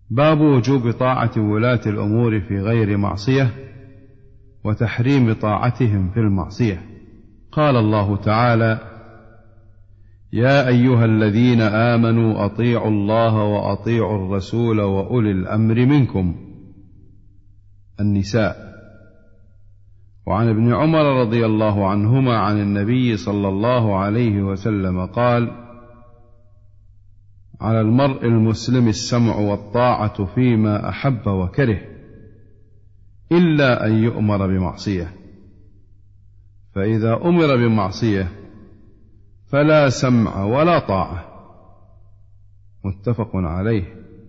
باب وجوب طاعة ولاة الأمور في غير معصية وتحريم طاعتهم في المعصية. قال الله تعالى: يا أيها الذين آمنوا أطيعوا الله وأطيعوا الرسول وأولي الأمر منكم. النساء. وعن ابن عمر رضي الله عنهما عن النبي صلى الله عليه وسلم قال: على المرء المسلم السمع والطاعة فيما أحب وكره إلا أن يؤمر بمعصية، فإذا أمر بمعصية فلا سمع ولا طاعة. متفق عليه.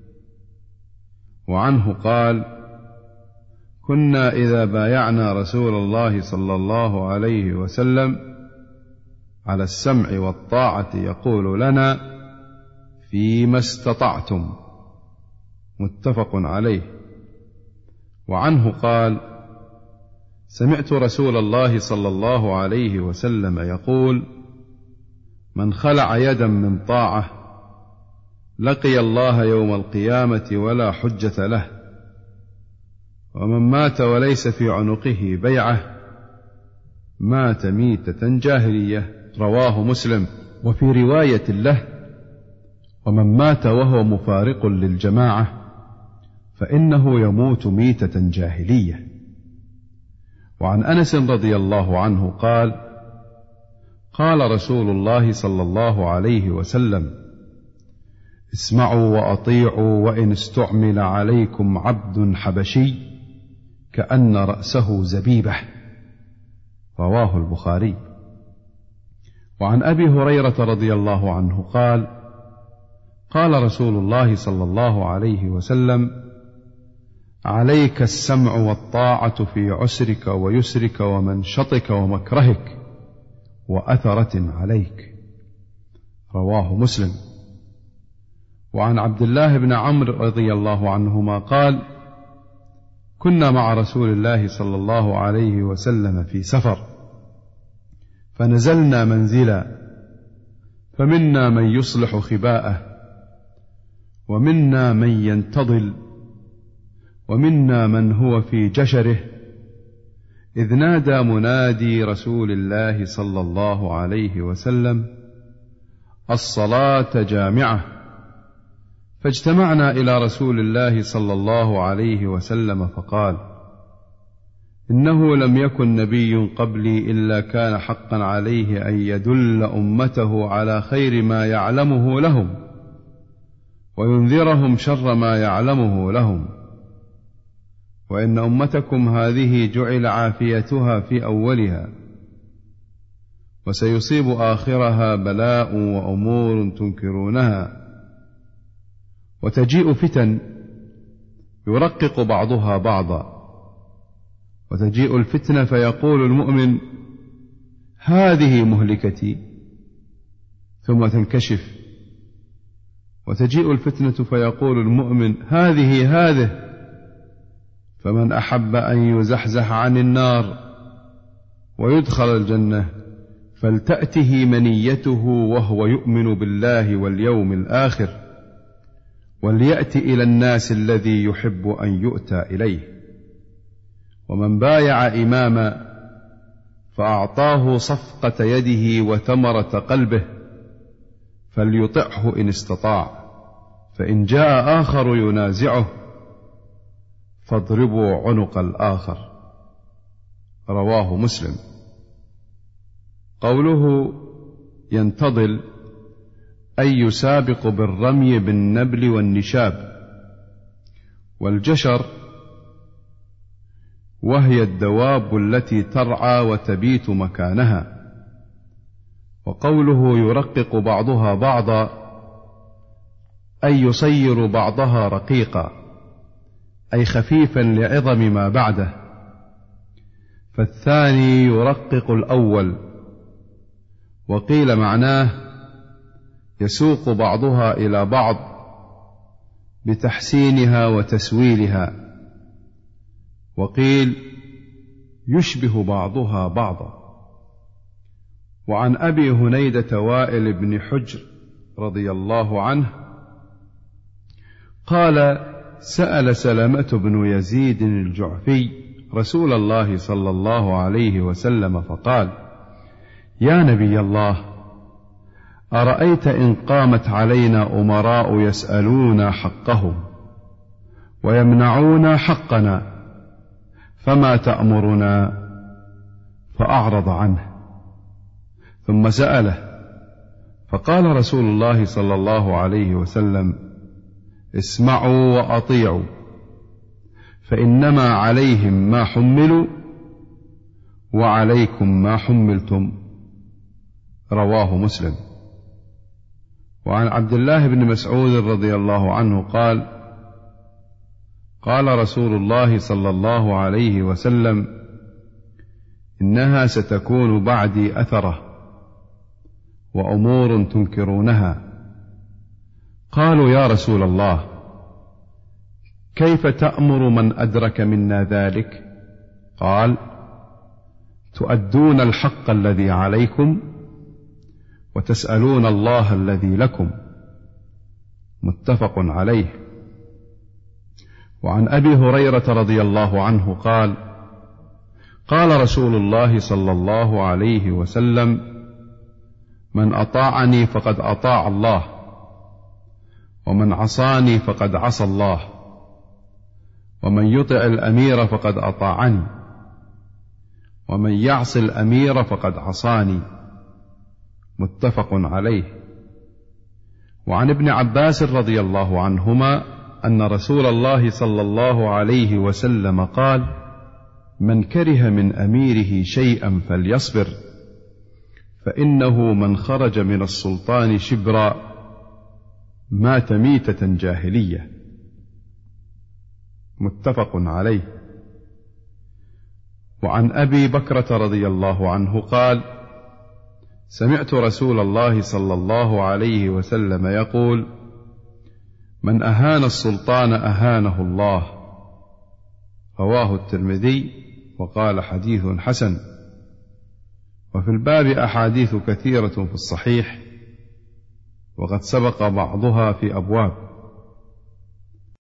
وعنه قال: كنا إذا بايعنا رسول الله صلى الله عليه وسلم على السمع والطاعة يقول لنا: فيما استطعتم. متفق عليه. وعنه قال: سمعت رسول الله صلى الله عليه وسلم يقول: من خلع يدا من طاعة لقي الله يوم القيامة ولا حجة له، ومن مات وليس في عنقه بيعة مات ميتة جاهلية. رواه مسلم. وفي رواية له: ومن مات وهو مفارق للجماعة فإنه يموت ميتة جاهلية. وعن أنس رضي الله عنه قال: قال رسول الله صلى الله عليه وسلم: اسمعوا وأطيعوا وإن استعمل عليكم عبد حبشي كأن رأسه زبيبة. رواه البخاري. وعن أبي هريرة رضي الله عنه قال: قال رسول الله صلى الله عليه وسلم: عليك السمع والطاعة في عسرك ويسرك ومنشطك ومكرهك وأثرة عليك. رواه مسلم. وعن عبد الله بن عمرو رضي الله عنهما قال: كنا مع رسول الله صلى الله عليه وسلم في سفر، فنزلنا منزلا، فمنا من يصلح خباءه، ومنا من ينتظل، ومنا من هو في جشره، إذ نادى منادي رسول الله صلى الله عليه وسلم: الصلاة جامعة. فاجتمعنا إلى رسول الله صلى الله عليه وسلم فقال: إنه لم يكن نبي قبلي إلا كان حقا عليه أن يدل أمته على خير ما يعلمه لهم وينذرهم شر ما يعلمه لهم، وإن أمتكم هذه جعل عافيتها في أولها، وسيصيب آخرها بلاء وأمور تنكرونها، وتجيء فتن يرقق بعضها بعضا، وتجيء الفتنة فيقول المؤمن: هذه مهلكتي، ثم تنكشف، وتجيء الفتنة فيقول المؤمن: هذه، فمن أحب أن يزحزح عن النار ويدخل الجنة فلتأته منيته وهو يؤمن بالله واليوم الآخر، وليأت إلى الناس الذي يحب أن يؤتى إليه. ومن بايع إماما فأعطاه صفقة يده وثمرة قلبه فليطعه إن استطاع، فإن جاء آخر ينازعه فاضربوا عنق الآخر. رواه مسلم. قوله ينتظل أي يسابق بالرمي بالنبل والنشاب، والجشر وهي الدواب التي ترعى وتبيت مكانها. وقوله يرقق بعضها بعضا أي يصير بعضها رقيقا، أي خفيفا لعظم ما بعده، فالثاني يرقق الأول. وقيل معناه يسوق بعضها إلى بعض بتحسينها وتسويلها، وقيل يشبه بعضها بعضا. وعن أبي هنيدة وائل بن حجر رضي الله عنه قال: سأل سلمة بن يزيد الجعفي رسول الله صلى الله عليه وسلم فقال: يا نبي الله، أرأيت إن قامت علينا أمراء يسألون حقهم ويمنعون حقنا فما تأمرنا؟ فأعرض عنه، ثم سأله فقال رسول الله صلى الله عليه وسلم: اسمعوا وأطيعوا، فإنما عليهم ما حملوا وعليكم ما حملتم. رواه مسلم. وعن عبد الله بن مسعود رضي الله عنه قال: قال رسول الله صلى الله عليه وسلم: إنها ستكون بعدي أثرة وأمور تنكرونها. قالوا: يا رسول الله، كيف تأمر من أدرك منا ذلك؟ قال: تؤدون الحق الذي عليكم وتسألون الله الذي لكم. متفق عليه. وعن أبي هريرة رضي الله عنه قال: قال رسول الله صلى الله عليه وسلم: من أطاعني فقد أطاع الله، ومن عصاني فقد عصى الله، ومن يطع الأمير فقد أطاعني، ومن يعص الأمير فقد عصاني. متفق عليه. وعن ابن عباس رضي الله عنهما أن رسول الله صلى الله عليه وسلم قال: من كره من أميره شيئا فليصبر، فإنه من خرج من السلطان شبرا مات ميتة جاهلية. متفق عليه. وعن أبي بكرة رضي الله عنه قال: سمعت رسول الله صلى الله عليه وسلم يقول: من أهان السلطان أهانه الله. رواه الترمذي وقال: حديث حسن. وفي الباب أحاديث كثيرة في الصحيح، وقد سبق بعضها في أبواب.